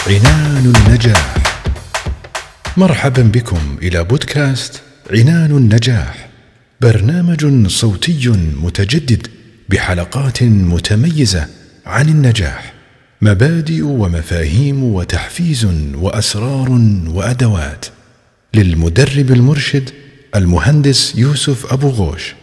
عنان النجاح. مرحبا بكم إلى بودكاست عنان النجاح، برنامج صوتي متجدد بحلقات متميزة عن النجاح، مبادئ ومفاهيم وتحفيز وأسرار وأدوات، للمدرب المرشد المهندس يوسف أبو غوش.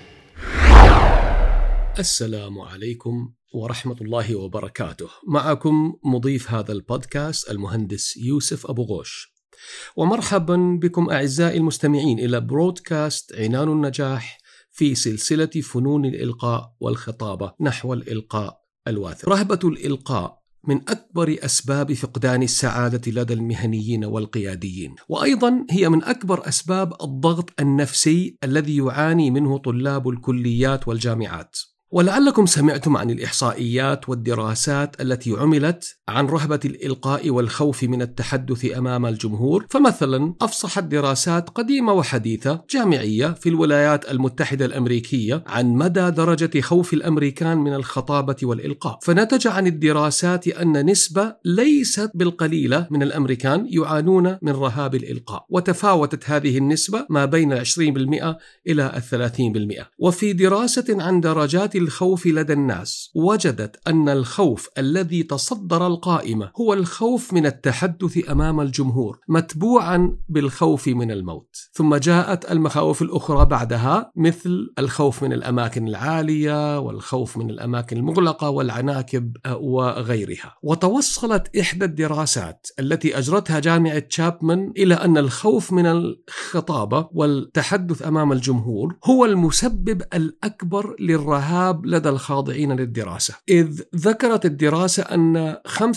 السلام عليكم ورحمة الله وبركاته. معكم مضيف هذا البودكاست المهندس يوسف أبو غوش، ومرحبا بكم أعزائي المستمعين إلى برودكاست عنان النجاح في سلسلة فنون الإلقاء والخطابة نحو الإلقاء الواثق. رهبة الإلقاء من أكبر أسباب فقدان السعادة لدى المهنيين والقياديين، وأيضا هي من أكبر أسباب الضغط النفسي الذي يعاني منه طلاب الكليات والجامعات. ولعلكم سمعتم عن الإحصائيات والدراسات التي عملت عن رهبة الإلقاء والخوف من التحدث أمام الجمهور. فمثلا أفصحت دراسات قديمة وحديثة جامعية في الولايات المتحدة الأمريكية عن مدى درجة خوف الأمريكان من الخطابة والإلقاء، فنتج عن الدراسات أن نسبة ليست بالقليلة من الأمريكان يعانون من رهاب الإلقاء، وتفاوتت هذه النسبة ما بين 20% إلى 30%. وفي دراسة عن درجات الخوف لدى الناس وجدت أن الخوف الذي تصدر القائمة هو الخوف من التحدث أمام الجمهور، متبوعا بالخوف من الموت، ثم جاءت المخاوف الأخرى بعدها مثل الخوف من الأماكن العالية والخوف من الأماكن المغلقة والعناكب وغيرها. وتوصلت إحدى الدراسات التي أجرتها جامعة تشابمان إلى أن الخوف من الخطابة والتحدث أمام الجمهور هو المسبب الأكبر للرهاب لدى الخاضعين للدراسة، إذ ذكرت الدراسة أن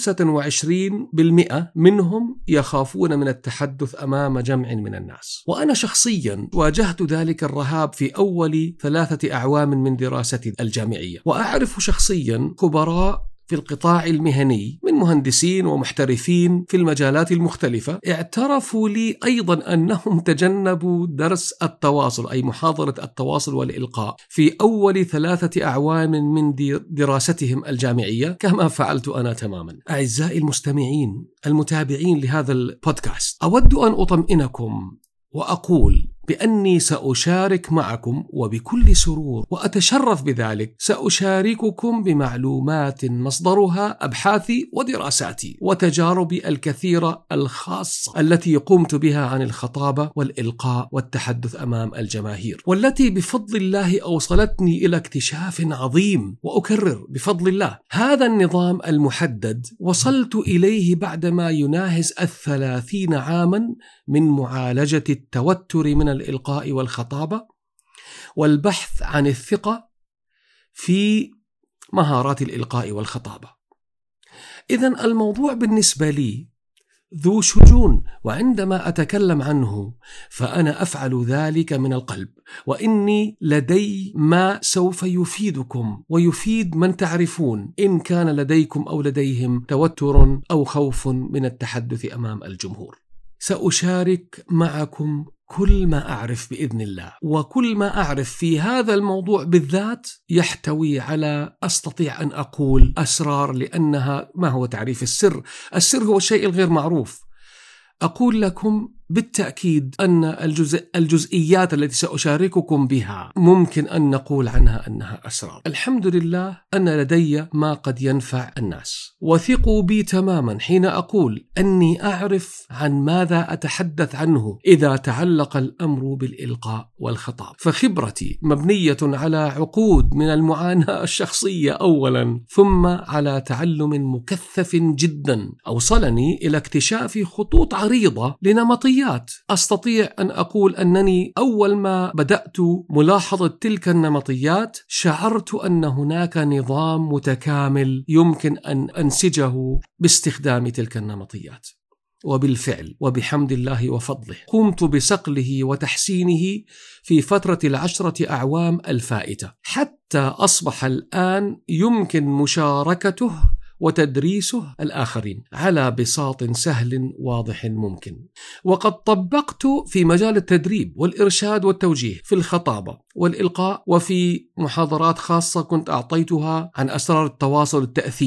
25% منهم يخافون من التحدث أمام جمع من الناس. وأنا شخصيا واجهت ذلك الرهاب في أول 3 أعوام من دراستي الجامعية، وأعرف شخصيا خبراء في القطاع المهني من مهندسين ومحترفين في المجالات المختلفة اعترفوا لي أيضا أنهم تجنبوا درس التواصل، أي محاضرة التواصل والإلقاء، في أول 3 أعوام من دراستهم الجامعية كما فعلت أنا تماما. أعزائي المستمعين المتابعين لهذا البودكاست، أود أن أطمئنكم وأقول بأني سأشارك معكم وبكل سرور، وأتشرف بذلك. سأشارككم بمعلومات مصدرها أبحاثي ودراساتي وتجاربي الكثيرة الخاصة التي قمت بها عن الخطابة والإلقاء والتحدث أمام الجماهير، والتي بفضل الله أوصلتني إلى اكتشاف عظيم. وأكرر بفضل الله، هذا النظام المحدد وصلت إليه بعدما يناهز 30 عاما من معالجة التوتر من الإلقاء والخطابة والبحث عن الثقة في مهارات الإلقاء والخطابة. إذن الموضوع بالنسبة لي ذو شجون، وعندما أتكلم عنه فأنا أفعل ذلك من القلب، وإني لدي ما سوف يفيدكم ويفيد من تعرفون إن كان لديكم أو لديهم توتر أو خوف من التحدث أمام الجمهور. سأشارك معكم كل ما أعرف بإذن الله، وكل ما أعرف في هذا الموضوع بالذات يحتوي على، أستطيع أن أقول، أسرار، لأنها ما هو تعريف السر؟ السر هو الشيء الغير معروف. أقول لكم بالتأكيد أن الجزئيات التي سأشارككم بها ممكن أن نقول عنها أنها أسرار. الحمد لله أن لدي ما قد ينفع الناس، وثقوا بي تماما حين أقول أني أعرف عن ماذا أتحدث عنه إذا تعلق الأمر بالإلقاء والخطاب. فخبرتي مبنية على عقود من المعاناة الشخصية أولا، ثم على تعلم مكثف جدا أوصلني إلى اكتشاف خطوط عريضة لنمطيات. أستطيع أن أقول أنني أول ما بدأت ملاحظة تلك النمطيات شعرت أن هناك نظام متكامل يمكن أن أنسجه باستخدام تلك النمطيات. وبالفعل وبحمد الله وفضله قمت بصقله وتحسينه في فترة 10 أعوام الفائتة، حتى أصبح الآن يمكن مشاركته وتدريسه الآخرين على بساط سهل واضح ممكن. وقد طبقت في مجال التدريب والإرشاد والتوجيه في الخطابة والإلقاء، وفي محاضرات خاصة كنت أعطيتها عن أسرار التواصل التأثيري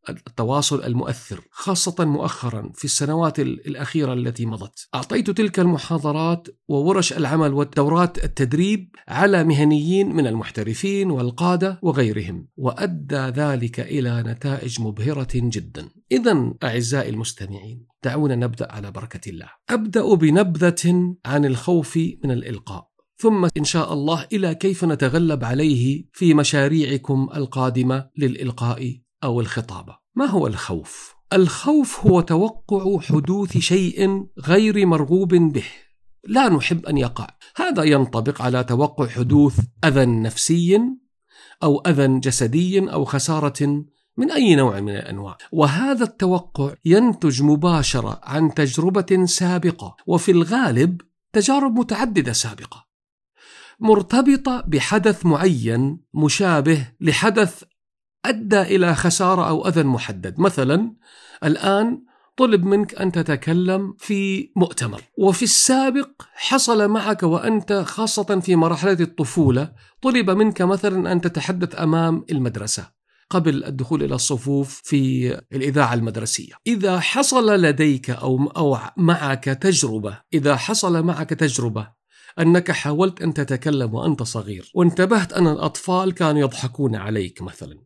التواصل المؤثر، خاصة مؤخرا في السنوات الأخيرة التي مضت. أعطيت تلك المحاضرات وورش العمل والدورات التدريب على مهنيين من المحترفين والقادة وغيرهم، وأدى ذلك إلى نتائج مبهرة جدا. إذن أعزائي المستمعين، دعونا نبدأ على بركة الله. أبدأ بنبذة عن الخوف من الإلقاء، ثم إن شاء الله إلى كيف نتغلب عليه في مشاريعكم القادمة للإلقاء أو الخطابة. ما هو الخوف؟ الخوف هو توقع حدوث شيء غير مرغوب به لا نحب أن يقع. هذا ينطبق على توقع حدوث أذى نفسي أو أذى جسدي أو خسارة من أي نوع من الأنواع، وهذا التوقع ينتج مباشرة عن تجربة سابقة، وفي الغالب تجارب متعددة سابقة مرتبطة بحدث معين مشابه لحدث أدى إلى خسارة أو أذى محدد. مثلا الآن طلب منك أن تتكلم في مؤتمر، وفي السابق حصل معك وأنت خاصة في مرحلة الطفولة طلب منك مثلا أن تتحدث أمام المدرسة قبل الدخول إلى الصفوف في الإذاعة المدرسية. إذا حصل لديك أو معك تجربة أنك حاولت أن تتكلم وأنت صغير وانتبهت أن الأطفال كانوا يضحكون عليك مثلا،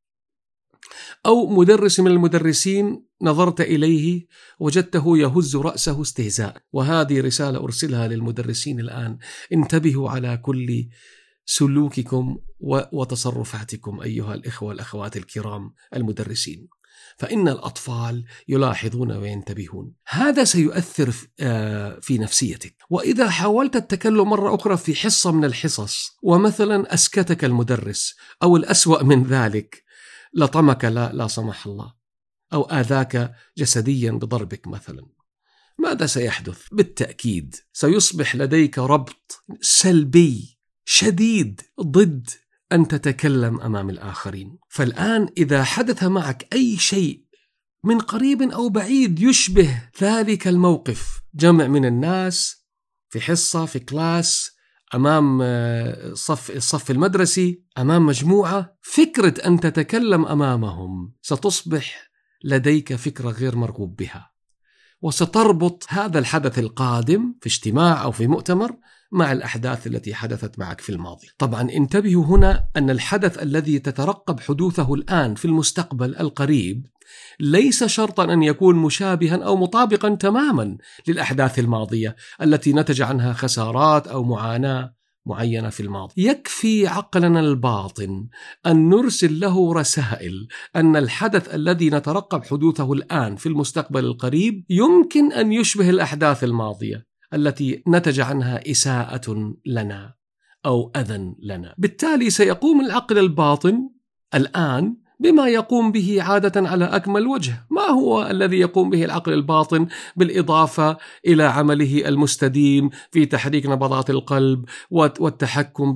أو مدرس من المدرسين نظرت إليه وجدته يهز رأسه استهزاء، وهذه رسالة أرسلها للمدرسين الآن: انتبهوا على كل سلوككم وتصرفاتكم أيها الإخوة والأخوات الكرام المدرسين، فإن الأطفال يلاحظون وينتبهون. هذا سيؤثر في نفسيتك. وإذا حاولت التكلم مرة أخرى في حصة من الحصص ومثلا أسكتك المدرس، أو الأسوأ من ذلك لطمك لا سمح الله، أو آذاك جسديا بضربك مثلا، ماذا سيحدث؟ بالتأكيد سيصبح لديك ربط سلبي شديد ضد أن تتكلم أمام الآخرين. فالآن إذا حدث معك أي شيء من قريب أو بعيد يشبه ذلك الموقف، جمع من الناس في حصة في كلاس، أمام الصف المدرسي، أمام مجموعة، فكرة أن تتكلم أمامهم ستصبح لديك فكرة غير مرغوب بها، وستربط هذا الحدث القادم في اجتماع أو في مؤتمر مع الأحداث التي حدثت معك في الماضي. طبعا انتبهوا هنا أن الحدث الذي تترقب حدوثه الآن في المستقبل القريب ليس شرطا أن يكون مشابها أو مطابقا تماما للأحداث الماضية التي نتج عنها خسارات أو معاناة معينة في الماضي. يكفي عقلنا الباطن أن نرسل له رسائل أن الحدث الذي نترقب حدوثه الآن في المستقبل القريب يمكن أن يشبه الأحداث الماضية التي نتج عنها إساءة لنا أو أذى لنا. بالتالي سيقوم العقل الباطن الآن بما يقوم به عادة على أكمل وجه. ما هو الذي يقوم به العقل الباطن بالإضافة إلى عمله المستديم في تحريك نبضات القلب والتحكم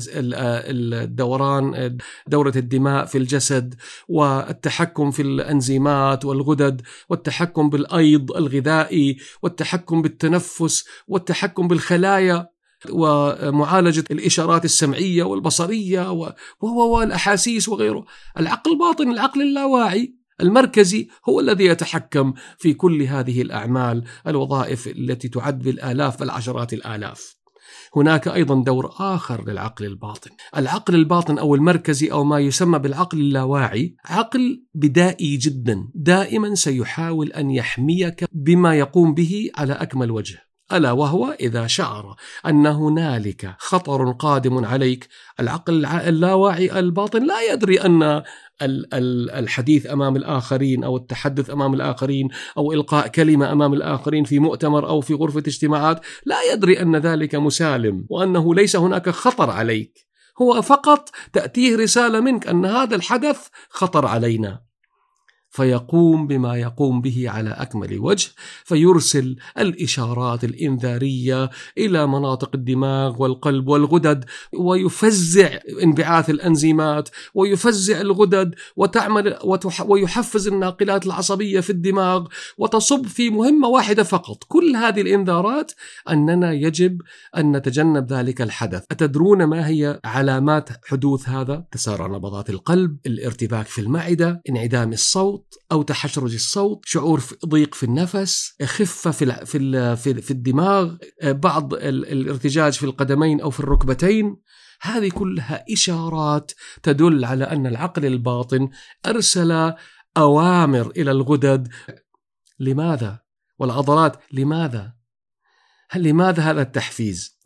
بالدوران دورة الدماء في الجسد، والتحكم في الأنزيمات والغدد، والتحكم بالأيض الغذائي، والتحكم بالتنفس، والتحكم بالخلايا، ومعالجة الإشارات السمعية والبصرية والأحاسيس وغيره. العقل الباطن، العقل اللاواعي المركزي، هو الذي يتحكم في كل هذه الأعمال، الوظائف التي تعد بالآلاف والعشرات الآلاف. هناك أيضا دور آخر للعقل الباطن. العقل الباطن أو المركزي أو ما يسمى بالعقل اللاواعي عقل بدائي جدا، دائما سيحاول أن يحميك بما يقوم به على أكمل وجه، ألا وهو إذا شعر أن هنالك خطر قادم عليك. العقل اللاواعي الباطن لا يدري أن الحديث أمام الآخرين أو التحدث أمام الآخرين أو إلقاء كلمة أمام الآخرين في مؤتمر أو في غرفة اجتماعات، لا يدري أن ذلك مسالم وأنه ليس هناك خطر عليك. هو فقط تأتيه رسالة منك أن هذا الحدث خطر علينا، فيقوم بما يقوم به على أكمل وجه، فيرسل الإشارات الإنذارية إلى مناطق الدماغ والقلب والغدد، ويفزع انبعاث الأنزيمات، ويفزع الغدد وتعمل ويحفز الناقلات العصبية في الدماغ، وتصب في مهمة واحدة فقط. كل هذه الإنذارات أننا يجب أن نتجنب ذلك الحدث. أتدرون ما هي علامات حدوث هذا؟ تسارع نبضات القلب، الارتباك في المعدة، انعدام الصوت أو تحشرج الصوت، شعور ضيق في النفس، خفة في الدماغ، بعض الارتجاج في القدمين أو في الركبتين. هذه كلها إشارات تدل على أن العقل الباطن أرسل أوامر إلى الغدد. لماذا؟ والعضلات لماذا؟ لماذا هذا التحفيز؟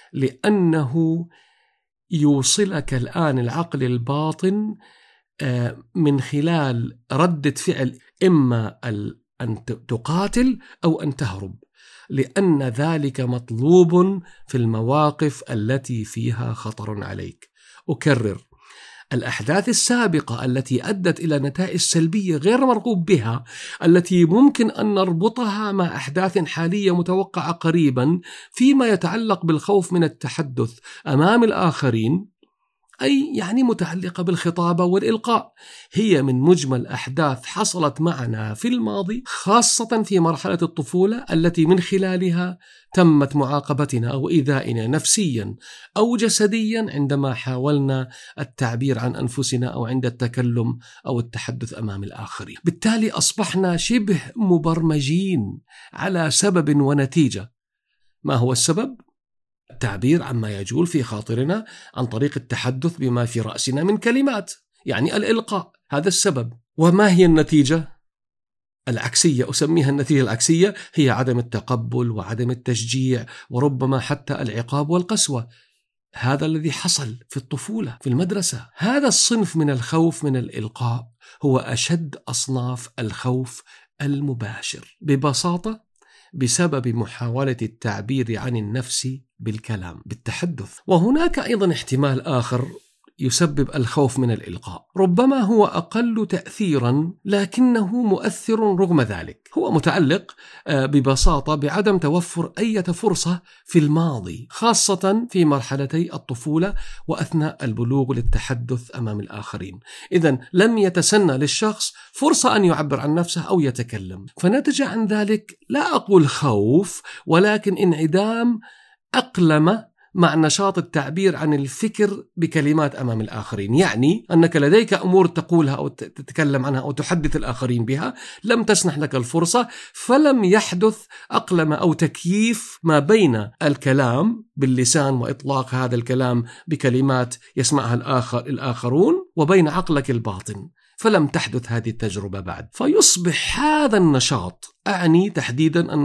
لأنه يوصلك الآن العقل الباطن من خلال ردة فعل، إما أن تقاتل أو أن تهرب، لأن ذلك مطلوب في المواقف التي فيها خطر عليك. أكرر، الأحداث السابقة التي أدت إلى نتائج سلبية غير مرغوب بها، التي ممكن أن نربطها مع أحداث حالية متوقعة قريبا فيما يتعلق بالخوف من التحدث أمام الآخرين، أي يعني متعلقة بالخطابة والإلقاء، هي من مجمل أحداث حصلت معنا في الماضي، خاصة في مرحلة الطفولة التي من خلالها تمت معاقبتنا أو إيذائنا نفسيا أو جسديا عندما حاولنا التعبير عن أنفسنا أو عند التكلم أو التحدث أمام الآخرين. بالتالي أصبحنا شبه مبرمجين على سبب ونتيجة. ما هو السبب؟ التعبير عما يجول في خاطرنا عن طريق التحدث بما في رأسنا من كلمات، يعني الإلقاء، هذا السبب. وما هي النتيجة؟ العكسية، أسميها النتيجة العكسية، هي عدم التقبل وعدم التشجيع وربما حتى العقاب والقسوة. هذا الذي حصل في الطفولة في المدرسة. هذا الصنف من الخوف من الإلقاء هو أشد أصناف الخوف المباشر، ببساطة بسبب محاولة التعبير عن النفس بالكلام، بالتحدث. وهناك أيضا احتمال آخر يسبب الخوف من الإلقاء، ربما هو أقل تأثيرا لكنه مؤثر رغم ذلك. هو متعلق ببساطة بعدم توفر أي فرصة في الماضي، خاصة في مرحلتي الطفولة وأثناء البلوغ للتحدث أمام الآخرين. إذن لم يتسنى للشخص فرصة أن يعبر عن نفسه أو يتكلم، فنتج عن ذلك لا أقول خوف، ولكن انعدام أقلمة مع نشاط التعبير عن الفكر بكلمات أمام الآخرين. يعني أنك لديك أمور تقولها أو تتكلم عنها أو تحدث الآخرين بها، لم تسنح لك الفرصة، فلم يحدث أقلمة أو تكييف ما بين الكلام باللسان وإطلاق هذا الكلام بكلمات يسمعها الآخرون وبين عقلك الباطن، فلم تحدث هذه التجربة بعد. فيصبح هذا النشاط، أعني تحديدا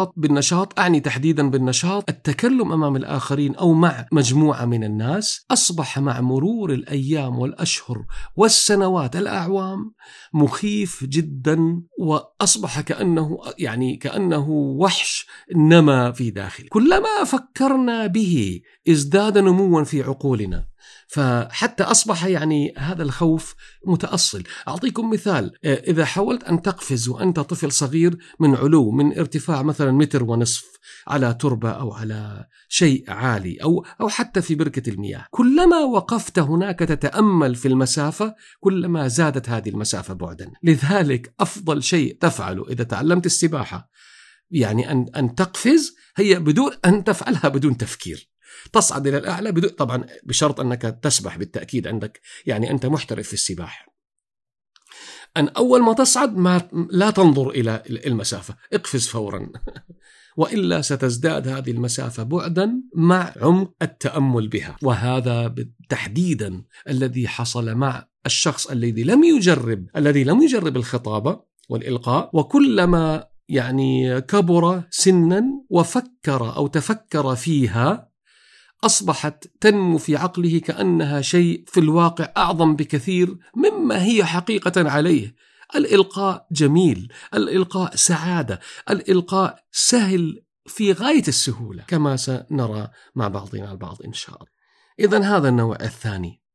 بالنشاط التكلم أمام الآخرين أو مع مجموعة من الناس، أصبح مع مرور الأيام والأشهر والسنوات الأعوام مخيف جدا، وأصبح كأنه وحش نما في داخل. كلما فكرنا به ازداد نموا في عقولنا، فحتى أصبح هذا الخوف متأصل. أعطيكم مثال، إذا حاولت أن تقفز وأنت طفل صغير من علو، من ارتفاع مثلا 1.5 متر على تربة أو على شيء عالي أو حتى في بركة المياه، كلما وقفت هناك تتأمل في المسافة كلما زادت هذه المسافة بعدا. لذلك أفضل شيء تفعله إذا تعلمت السباحة أن تقفز، هي بدون أن تفعلها بدون تفكير، تصعد إلى الأعلى طبعا بشرط أنك تسبح بالتأكيد، عندك أنت محترف في السباحة، أن أول ما تصعد لا تنظر إلى المسافة، اقفز فورا وإلا ستزداد هذه المسافة بعدا مع عمق التأمل بها. وهذا تحديدا الذي حصل مع الشخص الذي لم يجرب الخطابة والإلقاء، وكلما كبر سنا وفكر أو تفكر فيها أصبحت تنمو في عقله كأنها شيء في الواقع أعظم بكثير مما هي حقيقة عليه. الإلقاء جميل، الإلقاء سعادة، الإلقاء سهل في غاية السهولة، كما سنرى مع بعضنا البعض إن شاء الله. إذن هذا النوع الثاني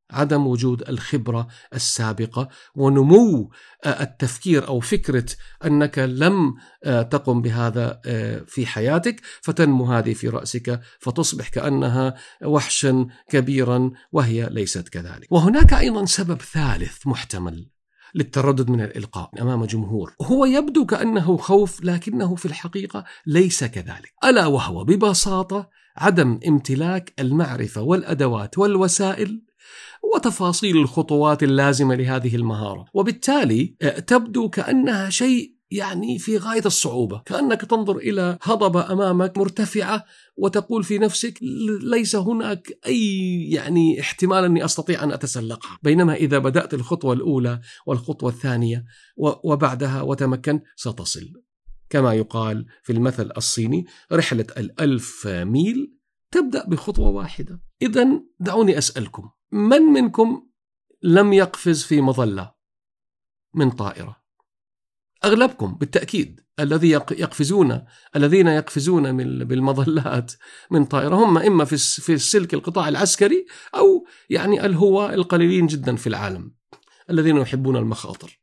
عدم وجود الخبرة السابقة ونمو التفكير أو فكرة أنك لم تقم بهذا في حياتك، فتنمو هذه في رأسك فتصبح كأنها وحشا كبيرا وهي ليست كذلك. وهناك أيضا سبب ثالث محتمل للتردد من الإلقاء أمام جمهور، هو يبدو كأنه خوف لكنه في الحقيقة ليس كذلك، ألا وهو ببساطة عدم امتلاك المعرفة والأدوات والوسائل وتفاصيل الخطوات اللازمة لهذه المهارة، وبالتالي تبدو كأنها شيء يعني في غاية الصعوبة، كأنك تنظر إلى هضبة أمامك مرتفعة وتقول في نفسك ليس هناك أي يعني احتمال أني أستطيع أن أتسلقها، بينما إذا بدأت الخطوة الأولى والخطوة الثانية وبعدها وتمكن ستصل. كما يقال في المثل الصيني: رحلة 1000 ميل تبدأ بخطوة واحدة. إذن دعوني أسألكم، من منكم لم يقفز في مظلة من طائرة؟ أغلبكم بالتأكيد. الذين يقفزون بالمظلات من طائرة هم إما في السلك القطاع العسكري أو يعني الهواة القليلين جدا في العالم الذين يحبون المخاطر.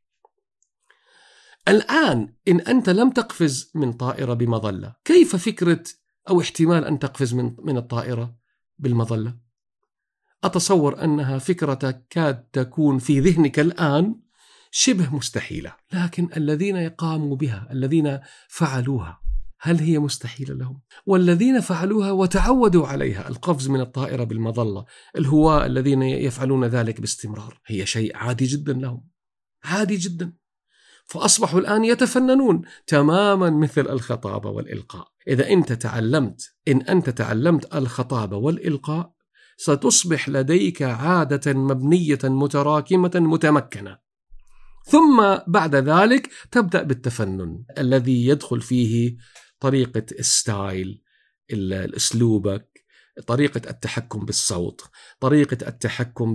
الآن إن أنت لم تقفز من طائرة بمظلة، كيف فكرة أو احتمال أن تقفز من الطائرة بالمظلة؟ أتصور أنها فكرة تكاد تكون في ذهنك الآن شبه مستحيلة، لكن الذين قاموا بها، الذين فعلوها، هل هي مستحيلة لهم؟ والذين فعلوها وتعودوا عليها، القفز من الطائرة بالمظلة، الهواة الذين يفعلون ذلك باستمرار، هي شيء عادي جدا لهم، عادي جدا. فأصبحوا الآن يتفننون تماما مثل الخطابة والإلقاء. إذا أنت تعلمت الخطابة والإلقاء ستصبح لديك عادة مبنية متراكمة متمكنة، ثم بعد ذلك تبدأ بالتفنن الذي يدخل فيه طريقة الستايل، الأسلوبك، طريقة التحكم بالصوت، طريقة التحكم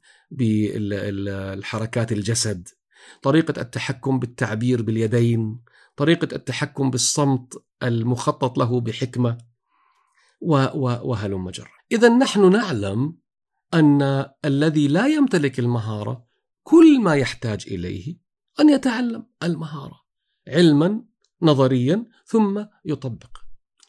بالحركات الجسد، طريقة التحكم بالتعبير باليدين، طريقة التحكم بالصمت المخطط له بحكمة، وهلم جرا. إذن نحن نعلم أن الذي لا يمتلك المهارة كل ما يحتاج إليه أن يتعلم المهارة علما نظريا ثم يطبق.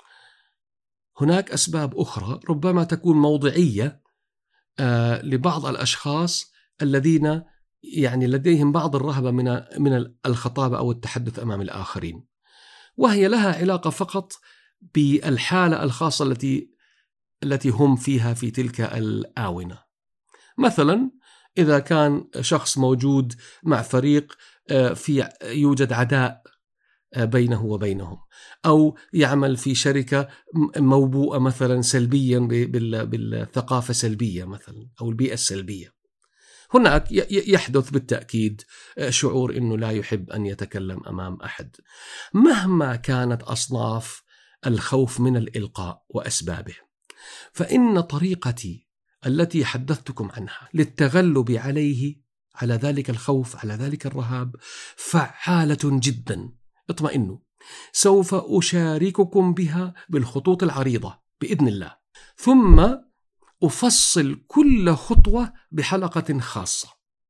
هناك أسباب أخرى ربما تكون موضعية لبعض الأشخاص الذين يعني لديهم بعض الرهبة من الخطابة أو التحدث أمام الآخرين، وهي لها علاقة فقط بالحالة الخاصة التي هم فيها في تلك الآونة. مثلا إذا كان شخص موجود مع فريق يوجد عداء بينه وبينهم، أو يعمل في شركة موبوءة مثلا سلبيا بالثقافة السلبية مثلا أو البيئة السلبية، هناك يحدث بالتأكيد شعور أنه لا يحب أن يتكلم أمام أحد. مهما كانت أصناف الخوف من الإلقاء وأسبابه، فإن طريقتي التي حدثتكم عنها للتغلب على ذلك الخوف، على ذلك الرهاب، فعالة جدا. اطمئنوا، سوف أشارككم بها بالخطوط العريضة بإذن الله، ثم أفصل كل خطوة بحلقة خاصة،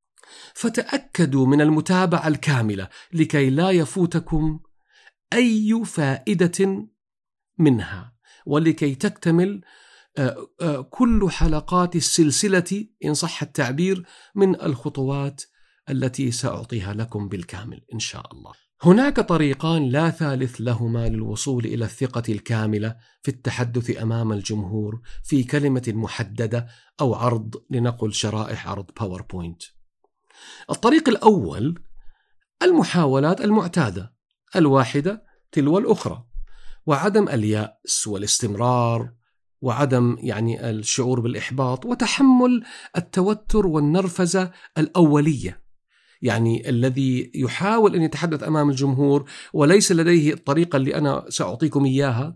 فتأكدوا من المتابعة الكاملة لكي لا يفوتكم أي فائدة منها، ولكي تكتمل كل حلقات السلسلة إن صح التعبير من الخطوات التي سأعطيها لكم بالكامل إن شاء الله. هناك طريقان لا ثالث لهما للوصول إلى الثقة الكاملة في التحدث أمام الجمهور في كلمة محددة أو عرض، لنقل شرائح عرض باوربوينت. الطريق الأول المحاولات المعتادة الواحدة تلو الأخرى، وعدم اليأس والاستمرار، وعدم يعني الشعور بالإحباط، وتحمل التوتر والنرفزة الأولية. يعني الذي يحاول أن يتحدث أمام الجمهور وليس لديه الطريقة اللي أنا سأعطيكم إياها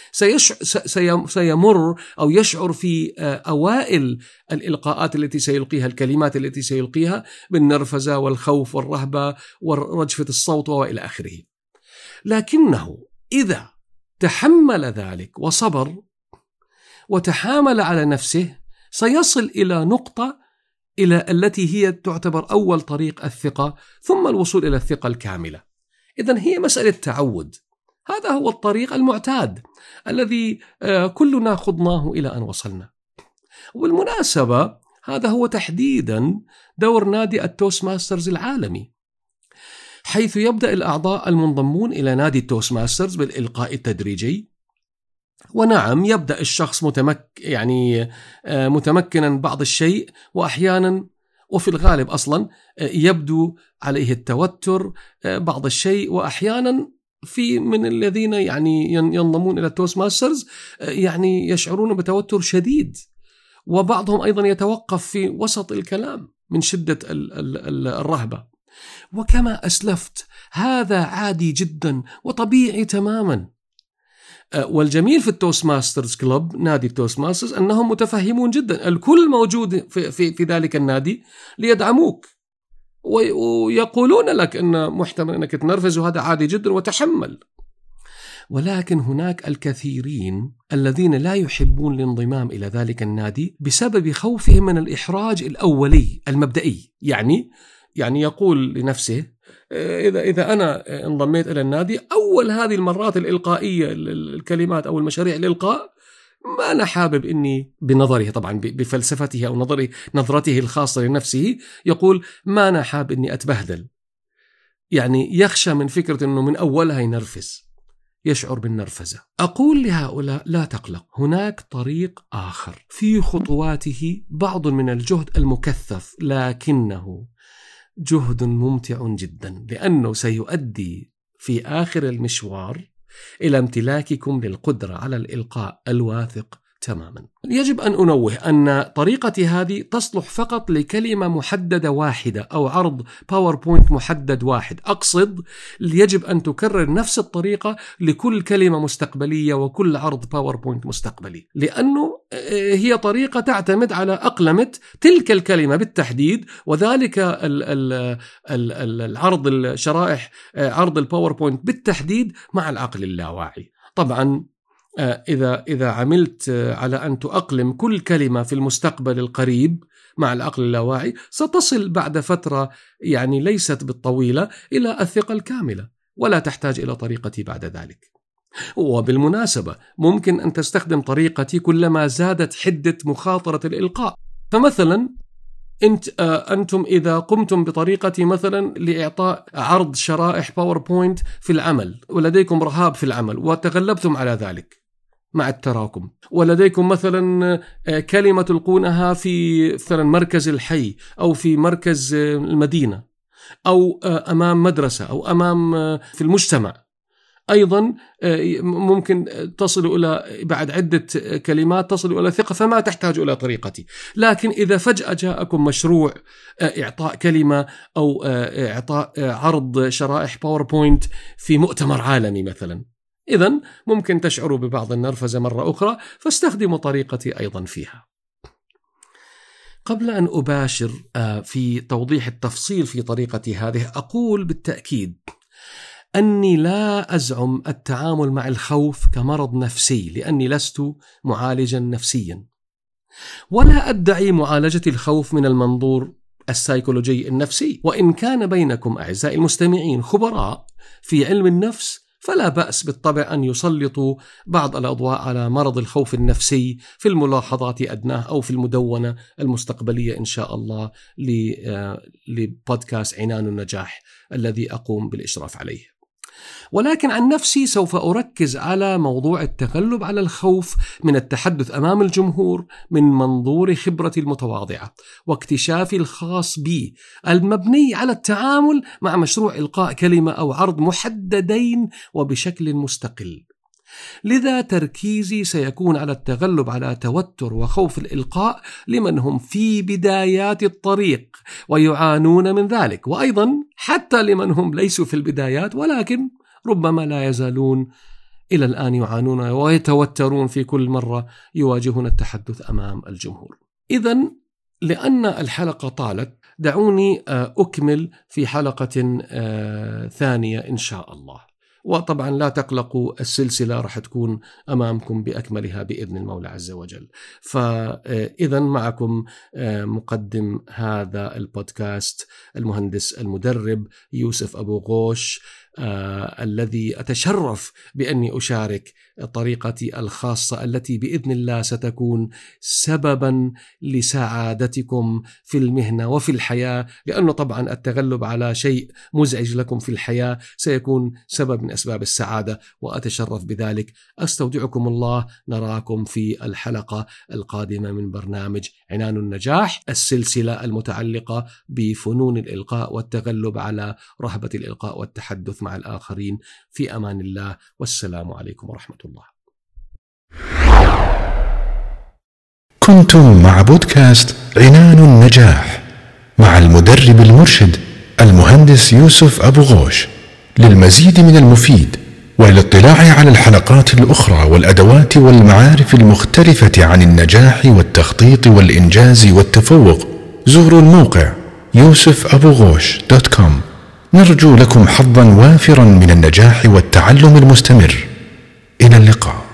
سيمر أو يشعر في أوائل الإلقاءات التي سيلقيها، الكلمات التي سيلقيها، بالنرفزة والخوف والرهبة ورجفة الصوت وإلى آخره. لكنه إذا تحمل ذلك وصبر وتحامل على نفسه سيصل إلى نقطة إلى التي هي تعتبر أول طريق الثقة، ثم الوصول إلى الثقة الكاملة. إذن هي مسألة تعود. هذا هو الطريق المعتاد الذي كلنا خضناه إلى أن وصلنا. وبالمناسبة هذا هو تحديدا دور نادي التوست ماسترز العالمي، حيث يبدأ الأعضاء المنضمون إلى نادي التوست ماسترز بالإلقاء التدريجي. ونعم، يبدأ الشخص متمكنا بعض الشيء، وأحيانا وفي الغالب أصلا يبدو عليه التوتر بعض الشيء، وأحيانا في من الذين ينضمون إلى التوست ماسترز يشعرون بتوتر شديد، وبعضهم أيضا يتوقف في وسط الكلام من شدة الرهبة. وكما أسلفت هذا عادي جدا وطبيعي تماما. والجميل في التوست ماسترز كلوب، نادي التوست ماسترز، أنهم متفهمون جدا، الكل موجود في ذلك النادي ليدعموك، ويقولون لك أن محتمل أنك تنرفز وهذا عادي جدا وتحمل. ولكن هناك الكثيرين الذين لا يحبون الانضمام إلى ذلك النادي بسبب خوفهم من الإحراج الأولي المبدئي. يعني يقول لنفسه إذا أنا انضميت إلى النادي، أول هذه المرات الإلقائية الكلمات أو المشاريع الإلقاء، ما أنا حابب إني بنظره طبعا بفلسفته أو نظرته الخاصة لنفسه، يقول ما أنا حابب إني أتبهدل. يخشى من فكرة إنه من أولها ينرفز، يشعر بالنرفزة. أقول لهؤلاء لا تقلق، هناك طريق آخر في خطواته بعض من الجهد المكثف، لكنه جهد ممتع جدا، لأنه سيؤدي في آخر المشوار إلى امتلاككم للقدرة على الإلقاء الواثق تماما. يجب أن أنوه أن طريقتي هذه تصلح فقط لكلمة محددة واحدة أو عرض باوربوينت محدد واحد. أقصد يجب أن تكرر نفس الطريقة لكل كلمة مستقبلية وكل عرض باوربوينت مستقبلي، لأنه هي طريقة تعتمد على أقلمة تلك الكلمة بالتحديد، وذلك العرض الشرائح عرض الباوربوينت بالتحديد مع العقل اللاواعي. طبعا إذا عملت على أن تأقلم كل كلمة في المستقبل القريب مع العقل اللاواعي، ستصل بعد فترة ليست بالطويلة إلى الثقة الكاملة، ولا تحتاج إلى طريقتي بعد ذلك. وبالمناسبة ممكن أن تستخدم طريقتي كلما زادت حدة مخاطرة الإلقاء. فمثلا أنتم إذا قمتم بطريقتي مثلا لإعطاء عرض شرائح باوربوينت في العمل، ولديكم رهاب في العمل وتغلبتم على ذلك مع التراكم، ولديكم مثلا كلمة تلقونها في مثلا مركز الحي أو في مركز المدينة أو أمام مدرسة أو أمام في المجتمع، أيضا ممكن تصل إلى بعد عدة كلمات تصل إلى ثقة، فما تحتاج إلى طريقتي. لكن إذا فجأة جاءكم مشروع إعطاء كلمة أو إعطاء عرض شرائح باوربوينت في مؤتمر عالمي مثلا، إذن ممكن تشعروا ببعض النرفزة مرة أخرى، فاستخدموا طريقتي أيضا فيها. قبل أن أباشر في توضيح التفصيل في طريقتي هذه، أقول بالتأكيد أني لا أزعم التعامل مع الخوف كمرض نفسي، لأني لست معالجا نفسيا، ولا أدعي معالجة الخوف من المنظور السيكولوجي النفسي. وإن كان بينكم أعزائي المستمعين خبراء في علم النفس، فلا بأس بالطبع أن يسلطوا بعض الأضواء على مرض الخوف النفسي في الملاحظات أدناه أو في المدونة المستقبلية إن شاء الله لبودكاست عنان النجاح الذي أقوم بالإشراف عليه. ولكن عن نفسي سوف أركز على موضوع التغلب على الخوف من التحدث أمام الجمهور من منظور خبرتي المتواضعة واكتشافي الخاص بي، المبني على التعامل مع مشروع إلقاء كلمة أو عرض محددين وبشكل مستقل. لذا تركيزي سيكون على التغلب على توتر وخوف الإلقاء لمن هم في بدايات الطريق ويعانون من ذلك، وأيضا حتى لمن هم ليسوا في البدايات ولكن ربما لا يزالون إلى الآن يعانون ويتوترون في كل مرة يواجهون التحدث أمام الجمهور. إذن لأن الحلقة طالت، دعوني أكمل في حلقة ثانية إن شاء الله. وطبعا لا تقلقوا، السلسلة راح تكون أمامكم بأكملها بإذن المولى عز وجل. فإذا معكم مقدم هذا البودكاست المهندس المدرب يوسف أبو غوش، الذي أتشرف بأني أشارك طريقتي الخاصة التي بإذن الله ستكون سببا لسعادتكم في المهنة وفي الحياة، لأنه طبعا التغلب على شيء مزعج لكم في الحياة سيكون سبب من أسباب السعادة، وأتشرف بذلك. أستودعكم الله، نراكم في الحلقة القادمة من برنامج عنان النجاح، السلسلة المتعلقة بفنون الإلقاء والتغلب على رهبة الإلقاء والتحدث مع الآخرين. في أمان الله، والسلام عليكم ورحمة الله. كنتم مع بودكاست عنان النجاح مع المدرب المرشد المهندس يوسف أبو غوش. للمزيد من المفيد وللاطلاع على الحلقات الأخرى والأدوات والمعارف المختلفة عن النجاح والتخطيط والإنجاز والتفوق، زوروا الموقع yusufabughosh.com. نرجو لكم حظا وافرا من النجاح والتعلم المستمر. إلى اللقاء.